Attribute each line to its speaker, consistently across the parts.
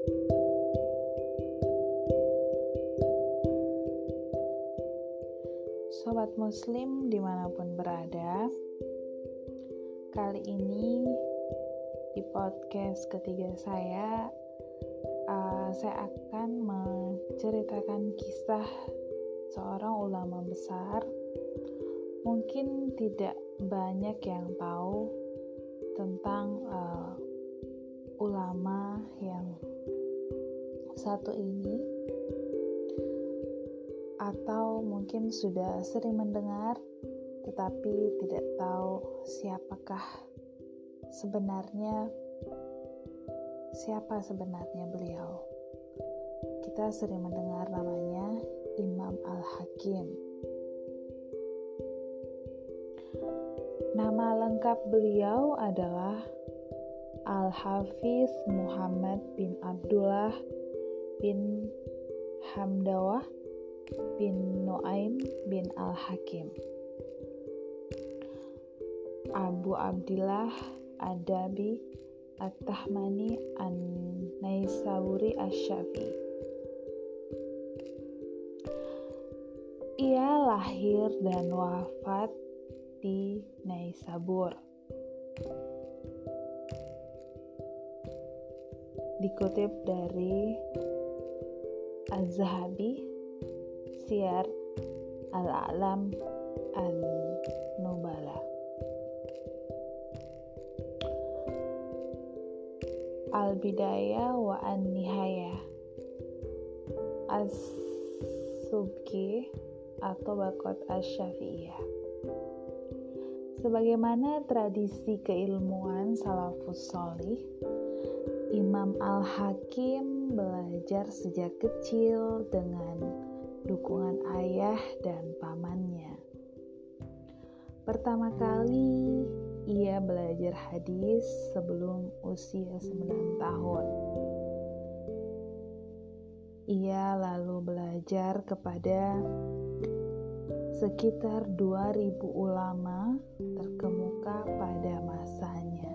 Speaker 1: Sobat Muslim dimanapun berada, kali ini di podcast ketiga saya akan menceritakan kisah seorang ulama besar. Mungkin tidak banyak yang tahu tentang ulama yang satu ini, atau mungkin sudah sering mendengar tetapi tidak tahu siapa sebenarnya beliau. Kita sering mendengar namanya Imam Al-Hakim. Nama lengkap beliau adalah Al-Hafiz Muhammad bin Abdullah bin Hamdawah bin Nu'aim bin Al-Hakim, Abu Abdillah Ad-Dabi At-Tahmani An-Naisaburi Asy-Syafi'i. Ia lahir dan wafat di Naisabur. Dikutip dari Az-Zahabi, Siyar Al-A'lam An-Nubala. Al-Bidayah wa An-Nihayah As-Subki atau Baqat Asy-Syafi'iyah. Sebagaimana tradisi keilmuan salafus shalih, Imam Al-Hakim belajar sejak kecil dengan dukungan ayah dan pamannya. Pertama kali ia belajar hadis sebelum usia 9 tahun. Ia lalu belajar kepada sekitar 2.000 ulama terkemuka pada masanya.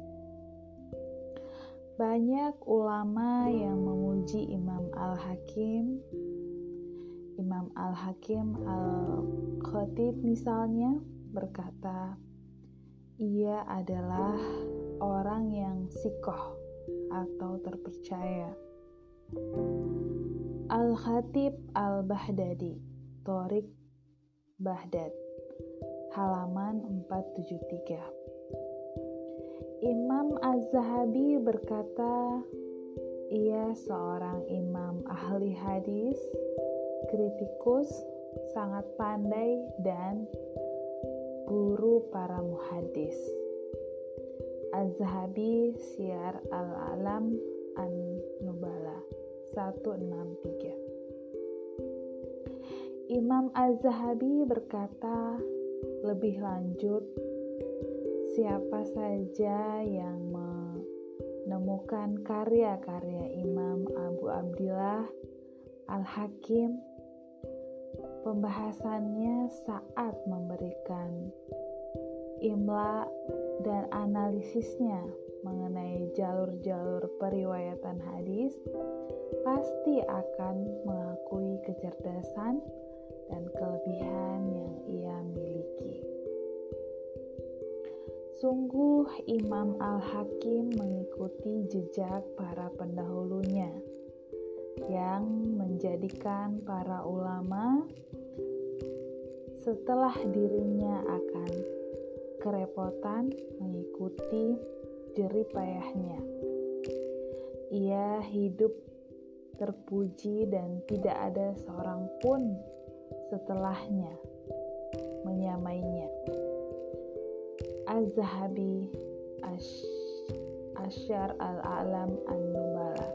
Speaker 1: Banyak ulama yang memuji Imam Al-Hakim. Imam Al-Hakim Al-Khatib misalnya berkata, ia adalah orang yang sikoh atau terpercaya. Al-Khatib Al-Baghdadi, Thoriq Baghdad, halaman 473. Imam Az-Zahabi berkata, ia seorang imam ahli hadis, kritikus, sangat pandai dan guru para muhaddis. Az-Zahabi, Siyar Al-A'lam An-Nubala 163. Imam Az-Zahabi berkata lebih lanjut, siapa saja yang menemukan karya-karya Imam Abu Abdillah Al-Hakim, pembahasannya saat memberikan imla dan analisisnya mengenai jalur-jalur periwayatan hadis, pasti akan mengakui kecerdasan dan kelebihan yang ia miliki. Sungguh Imam Al-Hakim mengikuti jejak para pendahulunya yang menjadikan para ulama setelah dirinya akan kerepotan mengikuti jeripayahnya. Ia hidup terpuji dan tidak ada seorang pun setelahnya menyamainya. Az-Zahabi Asyar Al-A'lam An-Nubala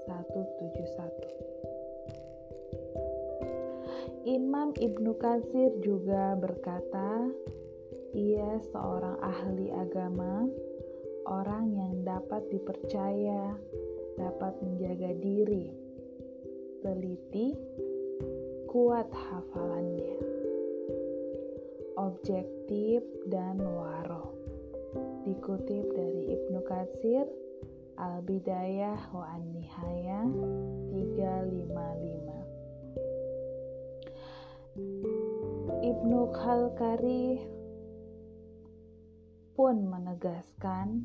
Speaker 1: 171. Imam Ibnu Katsir juga berkata, ia seorang ahli agama, orang yang dapat dipercaya, dapat menjaga diri, teliti, kuat hafalannya, objektif dan waro. Dikutip dari Ibnu Katsir, Al-Bidayah wa An-Nihayah 355. Ibnu Khalkari pun menegaskan,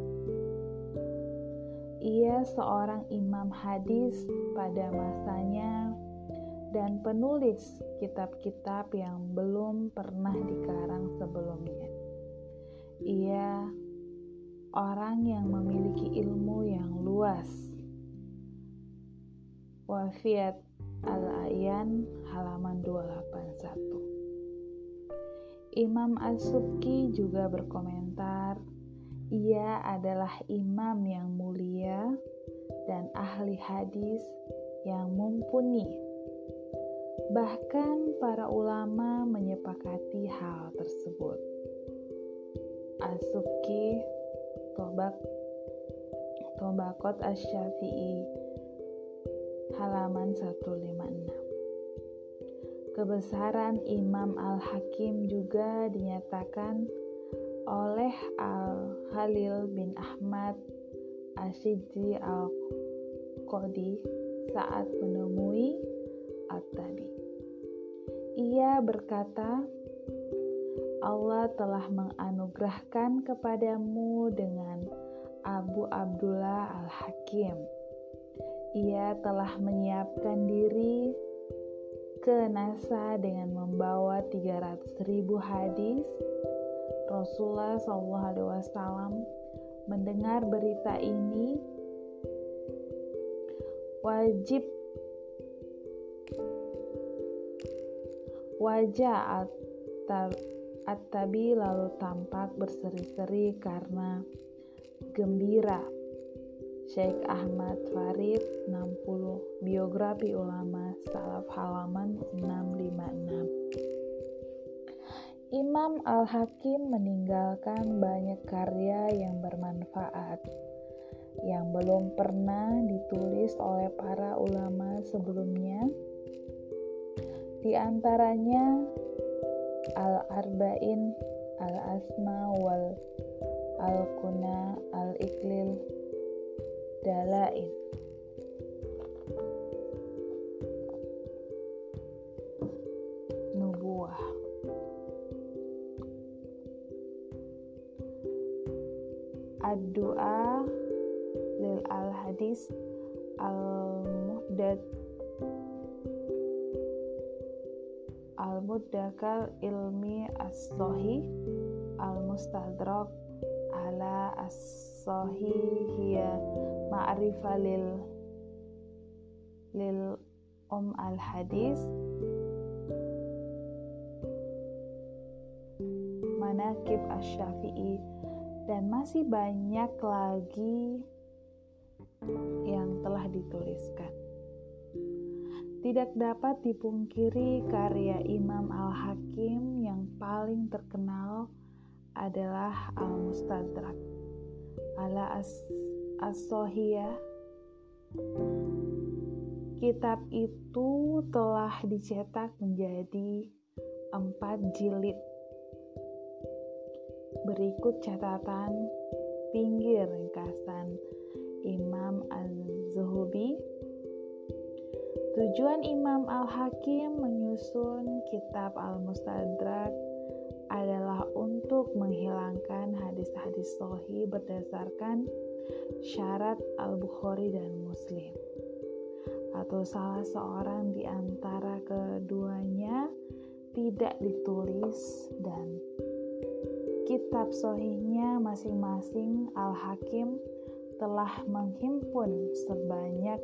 Speaker 1: ia seorang imam hadis pada masanya dan penulis kitab-kitab yang belum pernah dikarang sebelumnya. Ia orang yang memiliki ilmu yang luas. Wafiyat Al-Ayan halaman 281. Imam As-Subki juga berkomentar, ia adalah imam yang mulia dan ahli hadis yang mumpuni. Bahkan para ulama menyepakati hal tersebut. As-Subki, Tobaqat Asy-Syafi'i halaman 156. Kebesaran Imam Al-Hakim juga dinyatakan oleh Al-Khalil bin Ahmad Asy-Syidzi Al-Qadi saat menemui At-Tabi. Ia berkata, Allah telah menganugerahkan kepadamu dengan Abu Abdullah Al-Hakim. Ia telah menyiapkan diri ke NASA dengan membawa 300.000 hadis. Rasulullah SAW mendengar berita ini, wajah At-Tabi lalu tampak berseri-seri karena gembira. Syekh Ahmad Farid 60 Biografi Ulama Salaf halaman 656. Imam Al-Hakim meninggalkan banyak karya yang bermanfaat yang belum pernah ditulis oleh para ulama sebelumnya. Di antaranya Al-Arba'in, Al-Asma wal Al-Kuna, Al-Iklil, Dalain. Nubuwah. Ad-Du'a lil Al-Hadis Al-Muddakal Ilmi As-Sahih Al-Mustadrak ala As-Sahihiyya Ma'rifah lil Al-Hadis, Manaqib Asy-Syafi'i, dan masih banyak lagi yang telah dituliskan. Tidak dapat dipungkiri karya Imam Al-Hakim yang paling terkenal adalah Al-Mustadrak ala As-Sahihiyah. Kitab itu telah dicetak menjadi 4 jilid. Berikut catatan pinggir ringkasan Imam Az-Zuhbi. Tujuan Imam Al-Hakim menyusun kitab Al-Mustadrak adalah untuk menghilangkan hadis-hadis sahih berdasarkan syarat Al-Bukhari dan Muslim, atau salah seorang di antara keduanya tidak ditulis, dan kitab sahihnya masing-masing Al-Hakim telah menghimpun sebanyak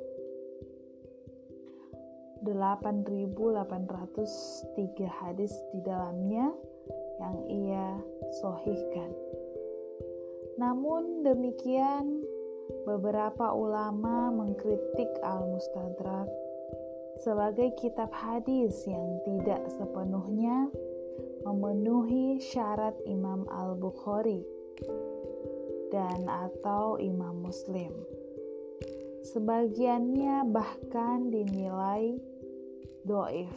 Speaker 1: 8.803 hadis di dalamnya yang ia sahihkan. Namun demikian, beberapa ulama mengkritik Al-Mustadrak sebagai kitab hadis yang tidak sepenuhnya memenuhi syarat Imam Al-Bukhari dan atau Imam Muslim. Sebagiannya bahkan dinilai dhaif.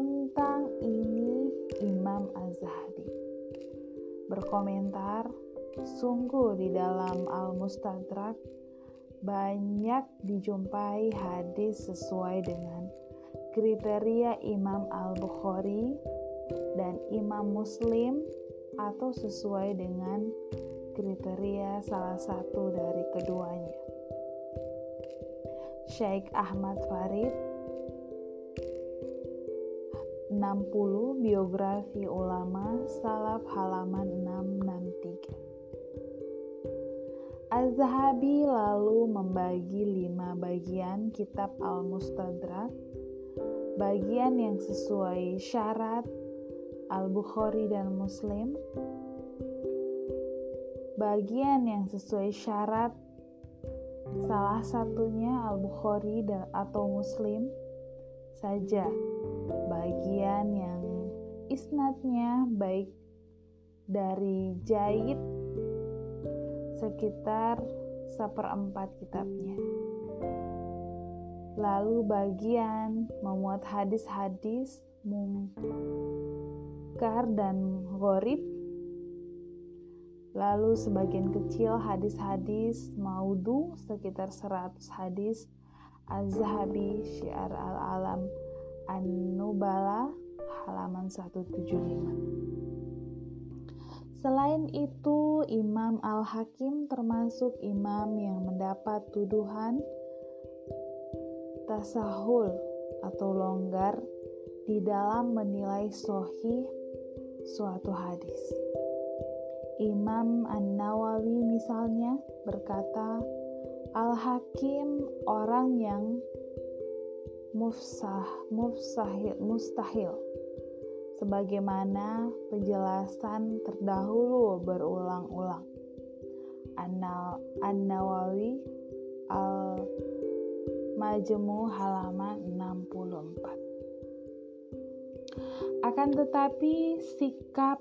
Speaker 1: Tentang ini Imam Az-Zahabi berkomentar, Sungguh di dalam Al-Mustadrak banyak dijumpai hadis sesuai dengan kriteria Imam Al-Bukhari dan Imam Muslim atau sesuai dengan kriteria salah satu dari keduanya. Syekh Ahmad Farid 60 Biografi Ulama Salaf halaman 663. Az-Zahabi lalu membagi 5 bagian kitab Al-Mustadrak, bagian yang sesuai syarat Al-Bukhari dan Muslim, bagian yang sesuai syarat salah satunya Al-Bukhari atau Muslim saja, bagian yang isnadnya baik dari Jaid sekitar 1/4 kitabnya. Lalu bagian memuat hadis-hadis munkar dan gharib. Lalu sebagian kecil hadis-hadis maudhu sekitar 100 hadis. Az-Zahabi Syiar Al-Alam An-Nubala halaman 175. Selain itu, Imam Al-Hakim termasuk imam yang mendapat tuduhan tasahul atau longgar di dalam menilai sahih suatu hadis. Imam An-Nawawi misalnya berkata, Al-Hakim orang yang mustahil, sebagaimana penjelasan terdahulu berulang-ulang. An-Nawawi Al-Majmu halaman 64. Akan tetapi sikap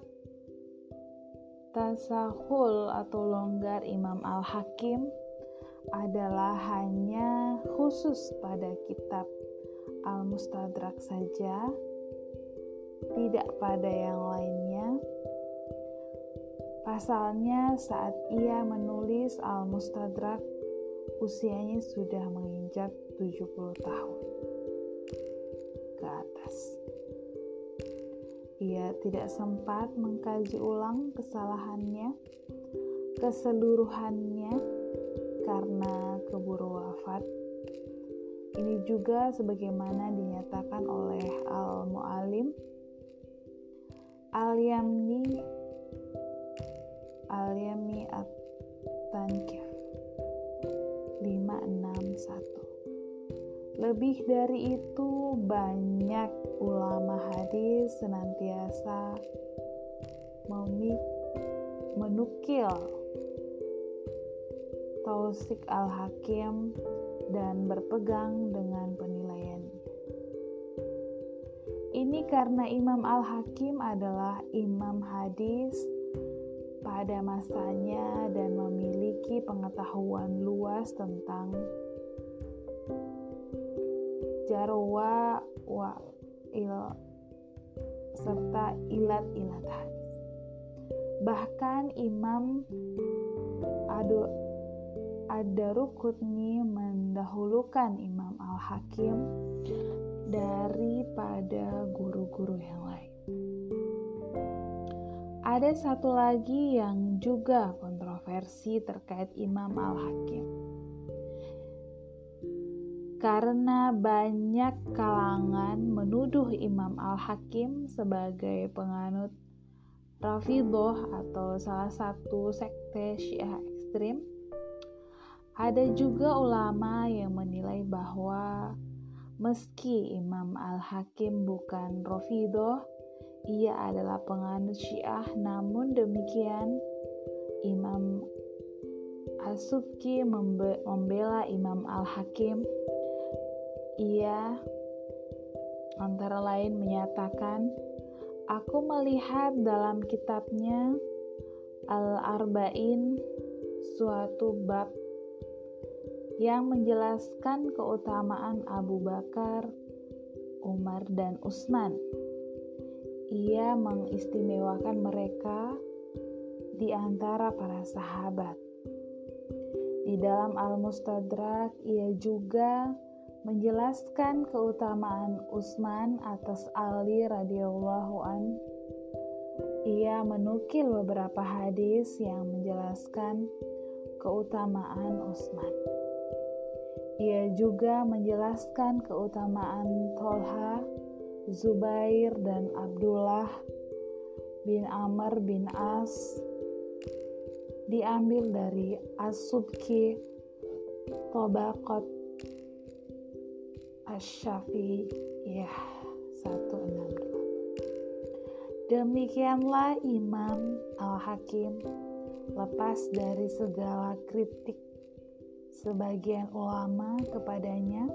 Speaker 1: tasahul atau longgar Imam Al-Hakim adalah hanya khusus pada kitab Al-Mustadrak saja, tidak pada yang lainnya. Pasalnya saat ia menulis Al-Mustadrak, usianya sudah menginjak 70 tahun ke atas. Ia tidak sempat mengkaji ulang kesalahannya keseluruhannya karena keburu wafat. Ini juga sebagaimana dinyatakan oleh Al-Mu'allim Al-Yamni At-Tankif 561. Lebih dari itu, banyak ulama hadis senantiasa menukil Tausik Al-Hakim dan berpegang dengan penilaiannya. Ini karena Imam Al-Hakim adalah imam hadis pada masanya dan memiliki pengetahuan luas tentang jarwa wa serta ilat-ilat hadis. Bahkan Imam Ad-Daruqutni mendahulukan Imam Al-Hakim daripada guru-guru yang lain. Ada satu lagi yang juga kontroversi terkait Imam Al-Hakim. Karena banyak kalangan menuduh Imam Al-Hakim sebagai penganut Rafidhah atau salah satu sekte Syiah ekstrim, ada juga ulama yang menilai bahwa meski Imam Al-Hakim bukan Rafidhah, ia adalah penganut Syiah. Namun demikian, Imam As-Subki membela Imam Al-Hakim. Ia antara lain menyatakan, "Aku melihat dalam kitabnya Al-Arba'in suatu bab yang menjelaskan keutamaan Abu Bakar, Umar, dan Utsman. Ia mengistimewakan mereka di antara para sahabat. Di dalam Al-Mustadrak, ia juga menjelaskan keutamaan Utsman atas Ali radhiyallahu an. Ia menukil beberapa hadis yang menjelaskan keutamaan Utsman. Ia juga menjelaskan keutamaan Tolha, Zubair, dan Abdullah bin Amr bin As, diambil dari As-Subki Tobaqat Asy-Syafi'iyah 168. Demikianlah Imam Al-Hakim lepas dari segala kritik sebagian ulama kepadanya.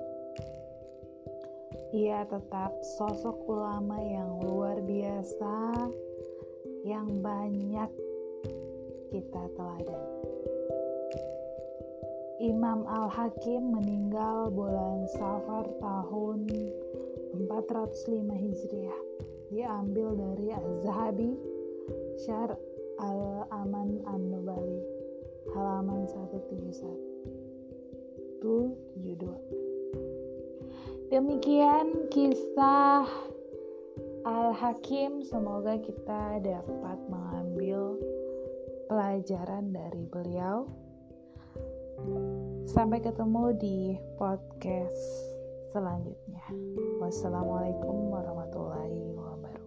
Speaker 1: Ia tetap sosok ulama yang luar biasa yang banyak kita teladani. Imam Al-Hakim meninggal bulan Safar tahun 405 Hijriah. Diambil dari Az-Zahabi Syarh Al-Aman An-Nubali halaman 171-72. Demikian kisah Al-Hakim. Semoga kita dapat mengambil pelajaran dari beliau. Sampai ketemu di podcast selanjutnya. Wassalamualaikum warahmatullahi wabarakatuh.